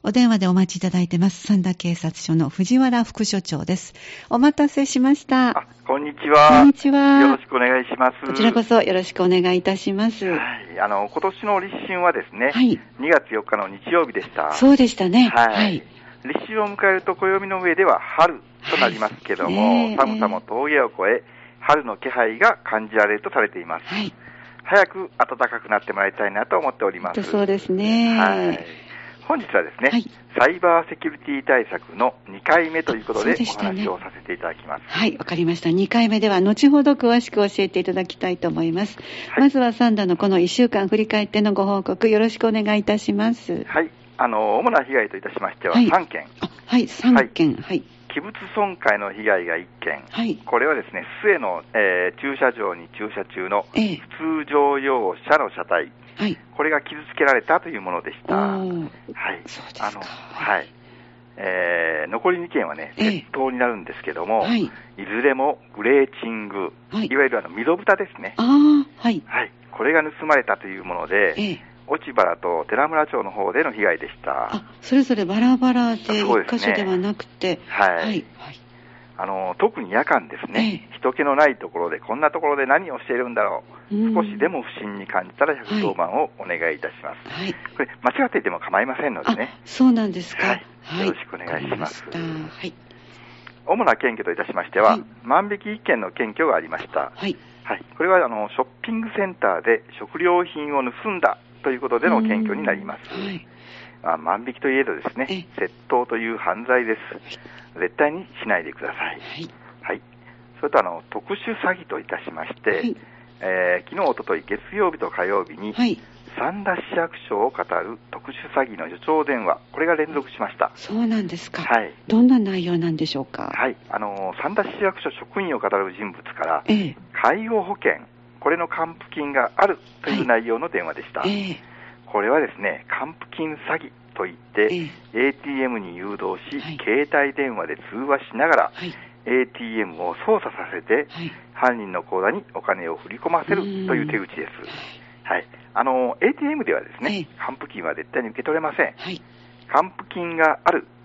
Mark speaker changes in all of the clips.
Speaker 1: お電話でお待ちいただいてます。三田警察署の藤原副署長です。お待たせしました。
Speaker 2: こんにちは。
Speaker 1: こんにちは。
Speaker 2: よろしくお願いします。
Speaker 1: こちらこそよろしくお願いいたします。
Speaker 2: はい。今年の立春はですね、
Speaker 1: はい、
Speaker 2: 2月4日の日曜日でした。
Speaker 1: そうでしたね。
Speaker 2: はい。はい、立春を迎えると暦の上では春となりますけども、寒さも峠を越え、春の気配が感じられるとされています。はい。早く暖かくなってもらいたいなと思っております。
Speaker 1: そうですね。
Speaker 2: はい。本日はですね、はい、サイバーセキュリティ対策の2回目ということでお話をさせていただきます。
Speaker 1: はい、わかりました。2回目では後ほど詳しく教えていただきたいと思います。はい、まずはサンダのこの1週間振り返ってのご報告よろしくお願いいたします。
Speaker 2: はい、主な被害といたしましては3件。
Speaker 1: はい、3件。はい。
Speaker 2: 器物損壊の被害が1件。はい。これはですね、末の、駐車場に駐車中の普通乗用車の車体。はい、これが傷つけられたというものでした。はい。
Speaker 1: そうですか。
Speaker 2: はい。残り2件はね、窃盗になるんですけども、いずれもグレーチング、いわゆる溝蓋ですね。はい。これが盗まれたというもので、落原と寺村町の方での被害でした。
Speaker 1: それぞれバラバラで1箇所ではなくて、
Speaker 2: はい。特に夜間ですね、人気のないところでこんなところで何をしているんだろう、少しでも不審に感じたら110番をお願いいたします。はい、これ間違っていても構いませんのでね。
Speaker 1: そうなんですか。
Speaker 2: はい。よろしくお願いします。はい。主な検挙といたしましては、万引き1件の検挙がありました。はい。はい。これはショッピングセンターで食料品を盗んだということでの検挙になります。はい。万引きといえどですね、窃盗という犯罪です。絶対にしないでください。はい。はい。それと特殊詐欺といたしまして、昨日、おととい、月曜日と火曜日に、三田市役所を語る特殊詐欺の予兆電話、これが連続しました。
Speaker 1: そうなんですか。はい。どんな内容なんでしょうか。
Speaker 2: はい。三田市役所職員を語る人物から、介護保険、これの還付金があるという内容の電話でした。これはですね、還付金詐欺といって、ATM に誘導し、携帯電話で通話しながら、ATM を操作させて、犯人の口座にお金を振り込ませるという手口です。はい。ATM ではですね、還付金は絶対に受け取れません。還付金がある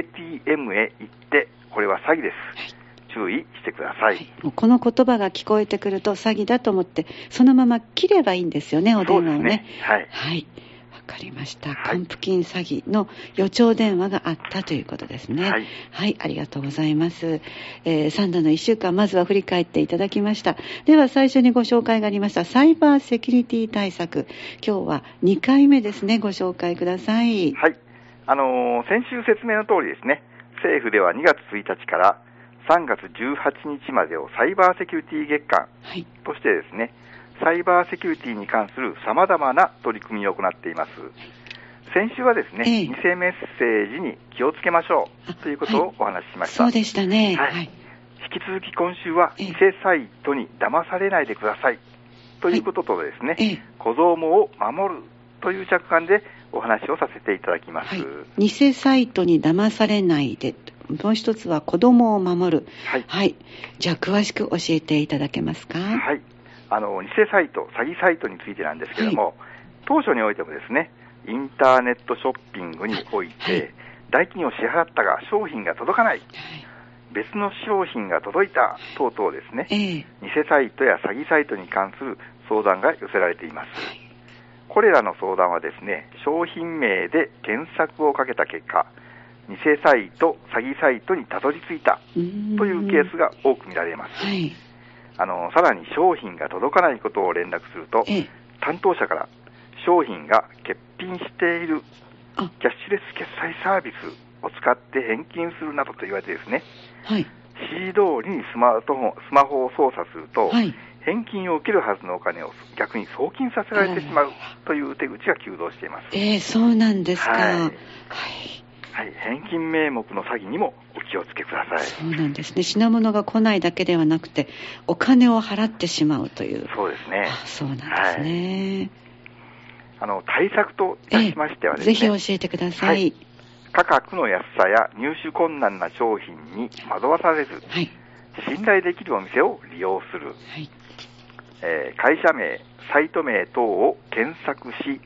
Speaker 2: ATM へ行って、これは詐欺です。注意してください。
Speaker 1: この言葉が聞こえてくると詐欺だと思って、そのまま切ればいいんですよね、お電話をね。はい。はい。わかりました。還付金詐欺の予兆電話があったということですね。はい。はい、ありがとうございます。サンダの1週間、まずは振り返っていただきました。では最初にご紹介がありましたサイバーセキュリティ対策。今日は2回目ですね。ご紹介ください。
Speaker 2: はい。先週説明の通りですね、政府では2月1日から3月18日までをサイバーセキュリティ月間としてですね、サイバーセキュリティに関する様々な取り組みを行っています。先週はですね、偽メッセージに気をつけましょうということをお話ししました。
Speaker 1: そうでしたね。はい。
Speaker 2: 引き続き今週は偽サイトに騙されないでくださいということとですね、子供を守るという着眼でお話をさせていただきます。
Speaker 1: 偽サイトに騙されないで。もう一つは子供を守る。はい。はい。じゃあ詳しく教えていただけますか。
Speaker 2: はい。偽サイト、詐欺サイトについてなんですけども、当初においてもですね、インターネットショッピングにおいて、代金を支払ったが商品が届かない、別の商品が届いた等々ですね、偽サイトや詐欺サイトに関する相談が寄せられています。これらの相談はですね、商品名で検索をかけた結果、偽サイト、詐欺サイトにたどり着いたというケースが多く見られます。さらに商品が届かないことを連絡すると、担当者から商品が欠品しているキャッシュレス決済サービスを使って返金するなどと言われてですね、指示通りにスマホを操作すると、返金を受けるはずのお金を逆に送金させられてしまうという手口が急増しています。
Speaker 1: そうなんですか。
Speaker 2: はい、返金名目の詐欺にもお気をつけください。
Speaker 1: そうなんですね。品物が来ないだけではなくて、お金を払ってしまうという。
Speaker 2: そうですね。
Speaker 1: そうなんですね。
Speaker 2: 対策といたしましてはですね、
Speaker 1: ぜひ教えてください。
Speaker 2: 価格の安さや入手困難な商品に惑わされず、信頼できるお店を利用する、会社名、サイト名等を検索し、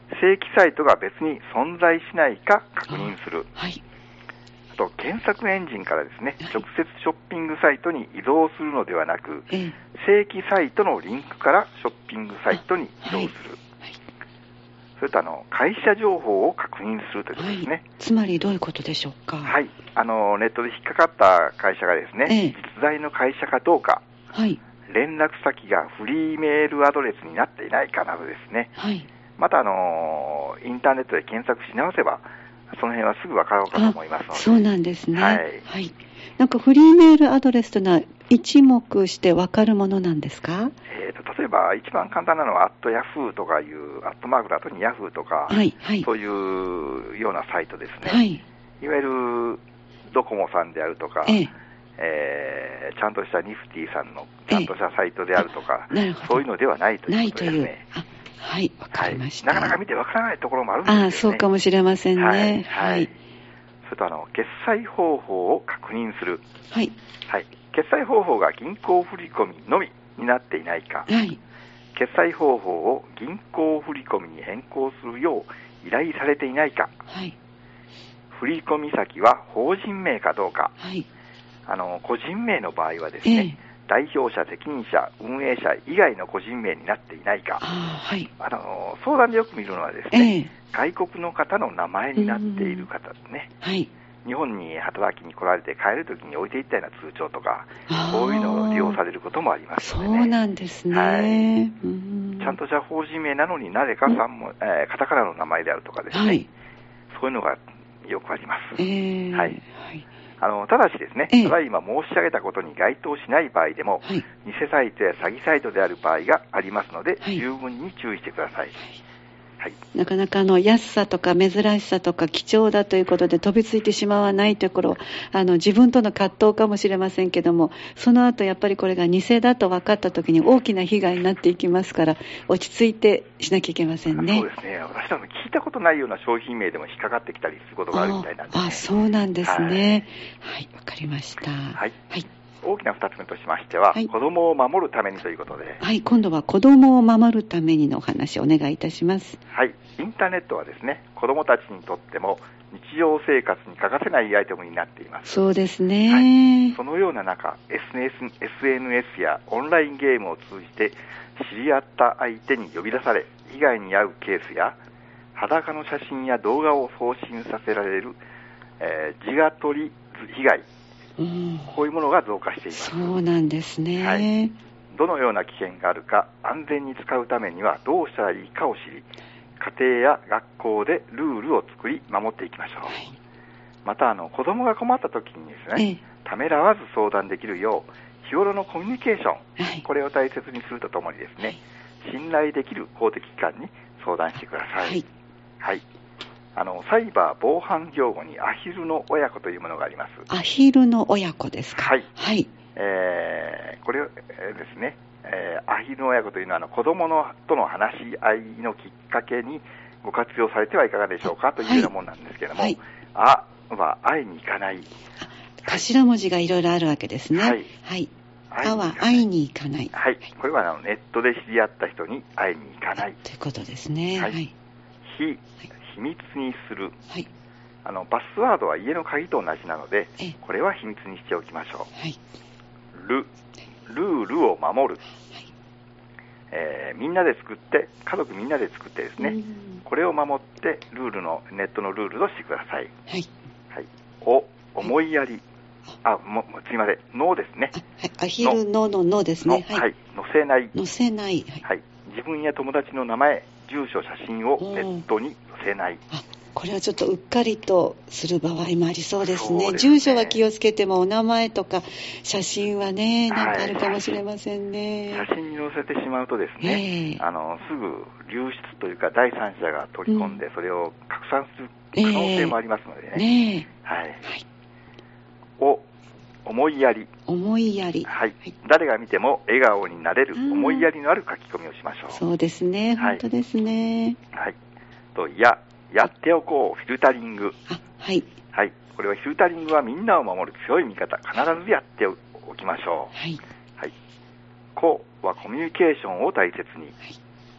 Speaker 2: 正規サイトが別に存在しないか確認する。
Speaker 1: はい。
Speaker 2: あと、検索エンジンからですね、直接ショッピングサイトに移動するのではなく、正規サイトのリンクからショッピングサイトに移動する。はい。それと会社情報を確認するということですね。
Speaker 1: つまりどういうことでしょうか。
Speaker 2: はい。ネットで引っかかった会社がですね、実在の会社かどうか、はい。連絡先がフリーメールアドレスになっていないかなどですね。はい。またインターネットで検索し直せば、その辺はすぐ分かろうかと思いますので。
Speaker 1: そうなんですね。はい。はい。なんかフリーメールアドレスというのは一目して分かるものなんですか？
Speaker 2: 例えば一番簡単なのは@yahooとかいうアットマークの後に Yahoo とか、はいはい、そういうようなサイトですね。はい、いわゆるドコモさんであるとか、ちゃんとしたニフティさんのちゃんとしたサイトであるとか、そういうのではないということですね。
Speaker 1: はい、わかりました。
Speaker 2: なかなか見てわからないところもあるんですよね。
Speaker 1: そうかもしれませんね。はい。はい、
Speaker 2: それと決済方法を確認する。
Speaker 1: はい。
Speaker 2: はい。決済方法が銀行振込のみになっていないか。はい。決済方法を銀行振込に変更するよう依頼されていないか。はい。振込先は法人名かどうか。はい。個人名の場合はですね、代表者、責任者、運営者以外の個人名になっていないか。はい。相談でよく見るのはですね、外国の方の名前になっている方ですね。はい。日本に働きに来られて帰るときに置いていったような通帳とか、こういうのを利用されることもありますのでね。
Speaker 1: そうなんですね。はい。
Speaker 2: ちゃんとした法人名なのになぜかカタカナの名前であるとかですね。はい。そういうのがよくあります。はい。はい。ただしですね、ただいま申し上げたことに該当しない場合でも、偽サイトや詐欺サイトである場合がありますので、十分に注意してください。はい、
Speaker 1: なかなか安さとか珍しさとか貴重だということで飛びついてしまわないというところ、自分との葛藤かもしれませんけども、その後やっぱりこれが偽だと分かったときに大きな被害になっていきますから、落ち着いてしなきゃいけませんね。
Speaker 2: そうですね。私は聞いたことないような商品名でも引っかかってきたりすることがあるみたいなんですね。
Speaker 1: そうなんですね。はい、わかりました。
Speaker 2: はい。はい。大きな2つ目としましては、はい、子供を守るためにということで。
Speaker 1: はい、今度は子供を守るためにのお話をお願いいたします。
Speaker 2: はい、インターネットはですね、子供たちにとっても日常生活に欠かせないアイテムになっています。
Speaker 1: そうですね。
Speaker 2: はい、そのような中、SNS やオンラインゲームを通じて知り合った相手に呼び出され、被害に遭うケースや、裸の写真や動画を送信させられる、自我取り被害、こういうものが増加しています。
Speaker 1: そうなんですね。はい。
Speaker 2: どのような危険があるか、安全に使うためにはどうしたらいいかを知り、家庭や学校でルールを作り守っていきましょう。はい、また子供が困った時にですね、ためらわず相談できるよう日頃のコミュニケーション、はい、これを大切にするとともにですね、信頼できる公的機関に相談してください。はい。はい。サイバー防犯用語にアヒルの親子というものがあります。
Speaker 1: アヒルの親子ですか？はい。はい。
Speaker 2: これですね、アヒルの親子というのは子供との話し合いのきっかけにご活用されてはいかがでしょうかというようなものなんですけれども、はい、あは会いに行かない。
Speaker 1: 頭文字がいろいろあるわけですね。はい。はい。あは会いに行かない。
Speaker 2: はい。これはネットで知り合った人に会いに行かない。
Speaker 1: ということですね。はい。はい、
Speaker 2: 秘密にする。はい。パスワードは家の鍵と同じなので、これは秘密にしておきましょう。はい。ルールを守る。はい。みんなで作って、家族みんなで作ってですね、これを守ってネットのルールとしてください。はい。はい。思いやり。すいません。のですね。
Speaker 1: はい。アヒルのですね。
Speaker 2: はい。載せない。
Speaker 1: 載せない。
Speaker 2: はい。自分や友達の名前、住所、写真をネットに載せない。
Speaker 1: これはちょっとうっかりとする場合もありそうですね。住所は気をつけてもお名前とか写真はね、なんかあるかもしれませんね。
Speaker 2: 写真に載せてしまうとですね、すぐ流出というか第三者が取り込んで、それを拡散する可能性もありますのでね。はい。はい。思いやり。
Speaker 1: 思いやり。
Speaker 2: はい。誰が見ても笑顔になれる思いやりのある書き込みをしましょう。
Speaker 1: そうですね。本当ですね。
Speaker 2: はい。やっておこうフィルタリング。
Speaker 1: はい。
Speaker 2: はい。これはフィルタリングはみんなを守る強い味方。必ずやっておきましょう。はい。はい。はコミュニケーションを大切に。はい。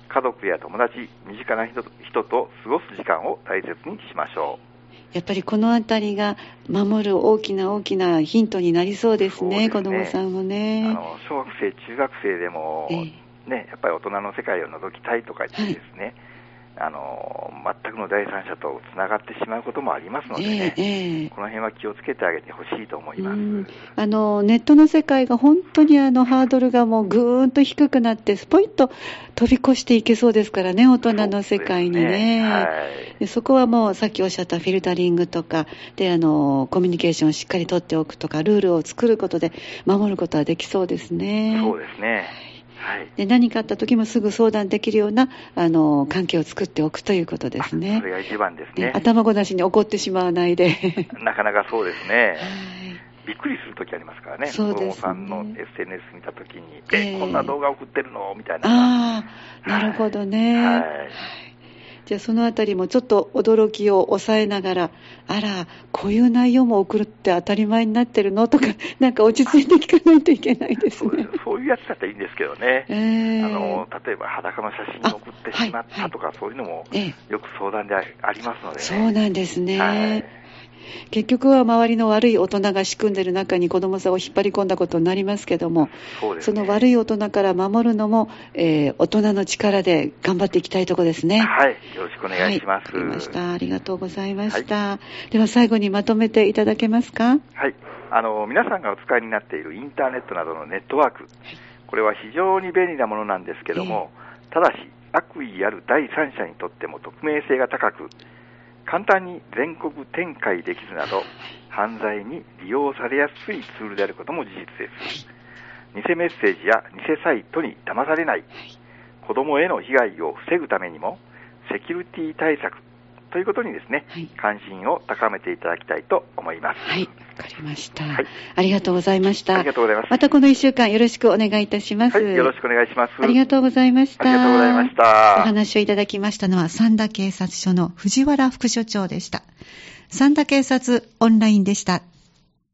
Speaker 2: 家族や友達、身近な人と過ごす時間を大切にしましょう。
Speaker 1: やっぱりこのあたりが守る大きなヒントになりそうですね、子供さんもね。
Speaker 2: 小学生、中学生でも、ね、やっぱり大人の世界を覗きたいとか言ってですね、全くの第三者とつながってしまうこともありますのでね、この辺は気をつけてあげてほしいと思います。ネ
Speaker 1: ットの世界が本当にハードルがもうぐーんと低くなって、スポイッと飛び越していけそうですからね、大人の世界にね。でそこはもうさっきおっしゃったフィルタリングとかで、コミュニケーションをしっかりとっておくとか、ルールを作ることで守ることはできそうですね。
Speaker 2: そうですね。
Speaker 1: で何かあった時もすぐ相談できるような関係を作っておくということですね。
Speaker 2: それが一番ですね。
Speaker 1: 頭ごなしに怒ってしまわないで
Speaker 2: なかなかそうですね。びっくりする時ありますからね。子供さんの SNS 見た時に、こんな動画送ってるのみたいな。
Speaker 1: なるほどね。じゃあそのあたりもちょっと驚きを抑えながら、こういう内容も送るって当たり前になってるのとか、なんか落ち着いて聞かないといけないですね。
Speaker 2: そういうやつだったらいいんですけどね。例えば裸の写真を送ってしまったとか、そういうのもよく相談でありますのでね。
Speaker 1: そうなんですね。結局は周りの悪い大人が仕組んでいる中に子供さんを引っ張り込んだことになりますけども、その悪い大人から守るのも、大人の力で頑張っていきたいところですね。
Speaker 2: よろしくお願いします。
Speaker 1: わかりました。ありがとうございました。では最後にまとめていただけますか。
Speaker 2: 皆さんがお使いになっているインターネットなどのネットワーク、これは非常に便利なものなんですけども、ただし悪意ある第三者にとっても匿名性が高く、簡単に全国展開できずなど、犯罪に利用されやすいツールであることも事実です。偽メッセージや偽サイトに騙されない、子供への被害を防ぐためにも、セキュリティ対策ということにですね、関心を高めていただきたいと思います。
Speaker 1: わかりました。ありがとうございました。
Speaker 2: ありがとうございます。
Speaker 1: またこの1週間よろしくお願いいたします。
Speaker 2: よろしくお願いします。
Speaker 1: ありがとうございました。
Speaker 2: ありがとうございました。
Speaker 1: お話をいただきましたのは三田警察署の藤原副署長でした。三田警察オンラインでした。